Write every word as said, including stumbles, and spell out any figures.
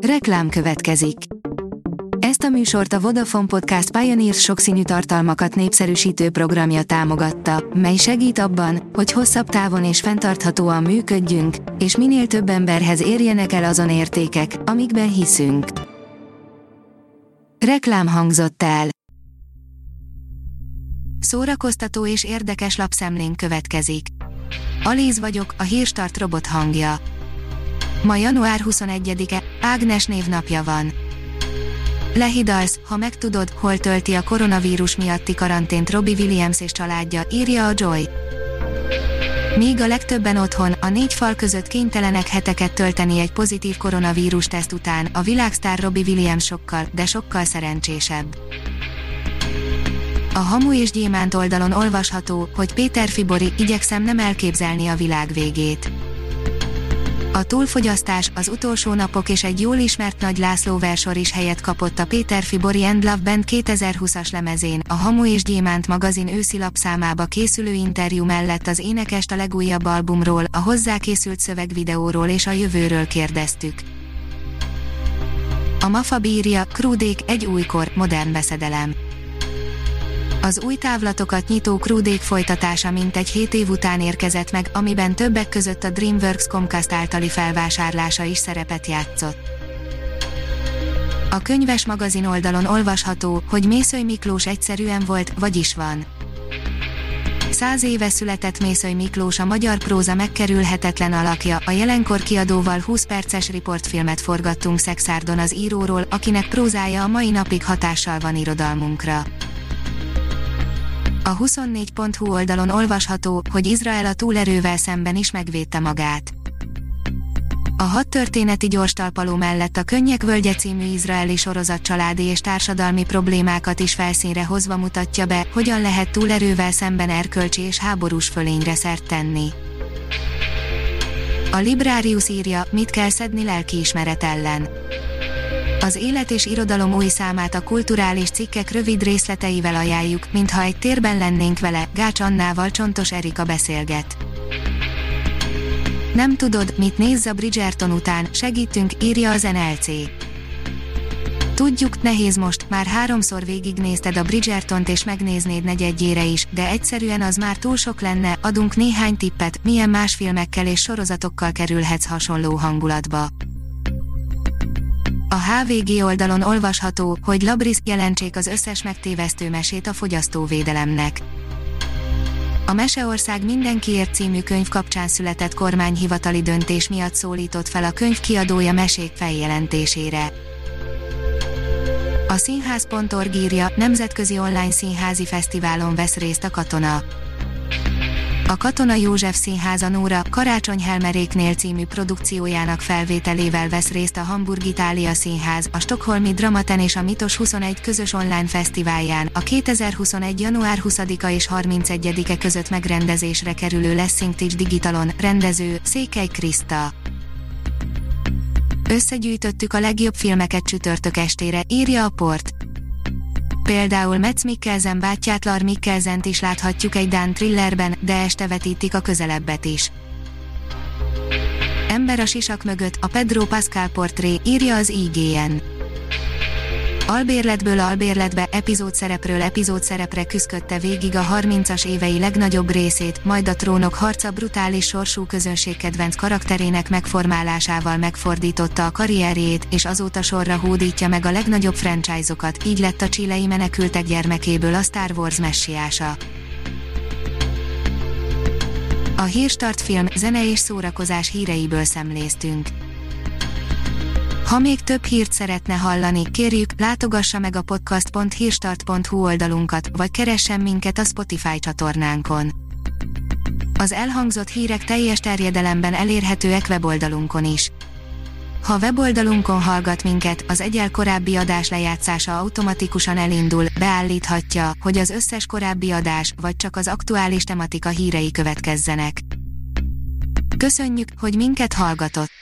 Reklám következik. Ezt a műsort a Vodafone Podcast Pioneers sokszínű tartalmakat népszerűsítő programja támogatta, mely segít abban, hogy hosszabb távon és fenntarthatóan működjünk, és minél több emberhez érjenek el azon értékek, amikben hiszünk. Reklám hangzott el. Szórakoztató és érdekes lapszemlénk következik. Alíz vagyok, a Hírstart robot hangja. Ma január huszonegyedike, Ágnes névnapja van. Lehidalsz, ha megtudod, hol tölti a koronavírus miatti karantént Robbie Williams és családja, írja a Joy. Míg a legtöbben otthon, a négy fal között kénytelenek heteket tölteni egy pozitív koronavírus teszt után, a világsztár Robbie Williams sokkal, de sokkal szerencsésebb. A Hamu és Gyémánt oldalon olvasható, hogy Péter Fibori, igyekszem nem elképzelni a világ végét. A túlfogyasztás, az utolsó napok és egy jól ismert Nagy László versor is helyet kapott a Péter Fibori and Love Band kétezer-húszas lemezén, a Hamu és Gyémánt magazin őszi lapszámába készülő interjú mellett az énekest a legújabb albumról, a hozzá készült szövegvideóról és a jövőről kérdeztük. A Mafab írja, Krúdék, egy újkor, modern beszedelem. Az új távlatokat nyitó Krúdék folytatása mintegy hét év után érkezett meg, amiben többek között a DreamWorks Comcast általi felvásárlása is szerepet játszott. A Könyves magazin oldalon olvasható, hogy Mészöly Miklós egyszerűen volt, vagyis van. Száz éve született Mészöly Miklós, a magyar próza megkerülhetetlen alakja, a Jelenkor kiadóval húsz perces riportfilmet forgattunk Szexárdon az íróról, akinek prózája a mai napig hatással van irodalmunkra. A huszonnégy pont hu oldalon olvasható, hogy Izrael a túlerővel szemben is megvédte magát. A hat történeti gyorstalpaló mellett a Könnyek völgye című izraeli sorozat családi és társadalmi problémákat is felszínre hozva mutatja be, hogyan lehet túlerővel szemben erkölcsi és háborús fölényre szert tenni. A Librarius írja, mit kell szedni lelkiismeret ellen. Az Élet és Irodalom új számát a kulturális cikkek rövid részleteivel ajánljuk, mintha egy térben lennénk vele, Gács Annával Csontos Erika beszélget. Nem tudod, mit nézz a Bridgerton után, segítünk, írja az en el cé. Tudjuk, nehéz most, már háromszor végignézted a Bridgertont és megnéznéd negyedjére is, de egyszerűen az már túl sok lenne, adunk néhány tippet, milyen más filmekkel és sorozatokkal kerülhetsz hasonló hangulatba. A há vé gé oldalon olvasható, hogy Labris, jelentsék az összes megtévesztő mesét a fogyasztóvédelemnek. A Meseország mindenkiért című könyv kapcsán született kormányhivatali döntés miatt szólított fel a könyv kiadója mesék feljelentésére. A színház pont org írja, nemzetközi online színházi fesztiválon vesz részt a Katona. A Katona József Színház a Nóra, Karácsony Helmeréknél című produkciójának felvételével vesz részt a Hamburg Itália Színház, a Stockholmi Dramaten és a Mitos huszonegy közös online fesztiválján, a kétezer-huszonegy január huszadika és harmincegyedike között megrendezésre kerülő Lessing Teach Digitalon, rendező, Székely Kriszta. Összegyűjtöttük a legjobb filmeket csütörtök estére, írja a Port. Például Mads Mikkelsen bátyját Lars Mikkelsent is láthatjuk egy dán thrillerben, de este vetítik a Közelebbet is. Ember a sisak mögött, a Pedro Pascal portré, írja az i gé en. Albérletből albérletbe, epizódszerepről epizódszerepre küszködte végig a harmincas évei legnagyobb részét, majd a Trónok harca brutális sorsú közönségkedvenc karakterének megformálásával megfordította a karrierjét, és azóta sorra hódítja meg a legnagyobb franchise-okat, így lett a chilei menekültek gyermekéből a Star Wars messiása. A Hírstart film, zene és szórakozás híreiből szemléztünk. Ha még több hírt szeretne hallani, kérjük, látogassa meg a podcast pont hírstart pont hu oldalunkat, vagy keressen minket a Spotify csatornánkon. Az elhangzott hírek teljes terjedelemben elérhetőek weboldalunkon is. Ha weboldalunkon hallgat minket, az egyel korábbi adás lejátszása automatikusan elindul, beállíthatja, hogy az összes korábbi adás, vagy csak az aktuális tematika hírei következzenek. Köszönjük, hogy minket hallgatott!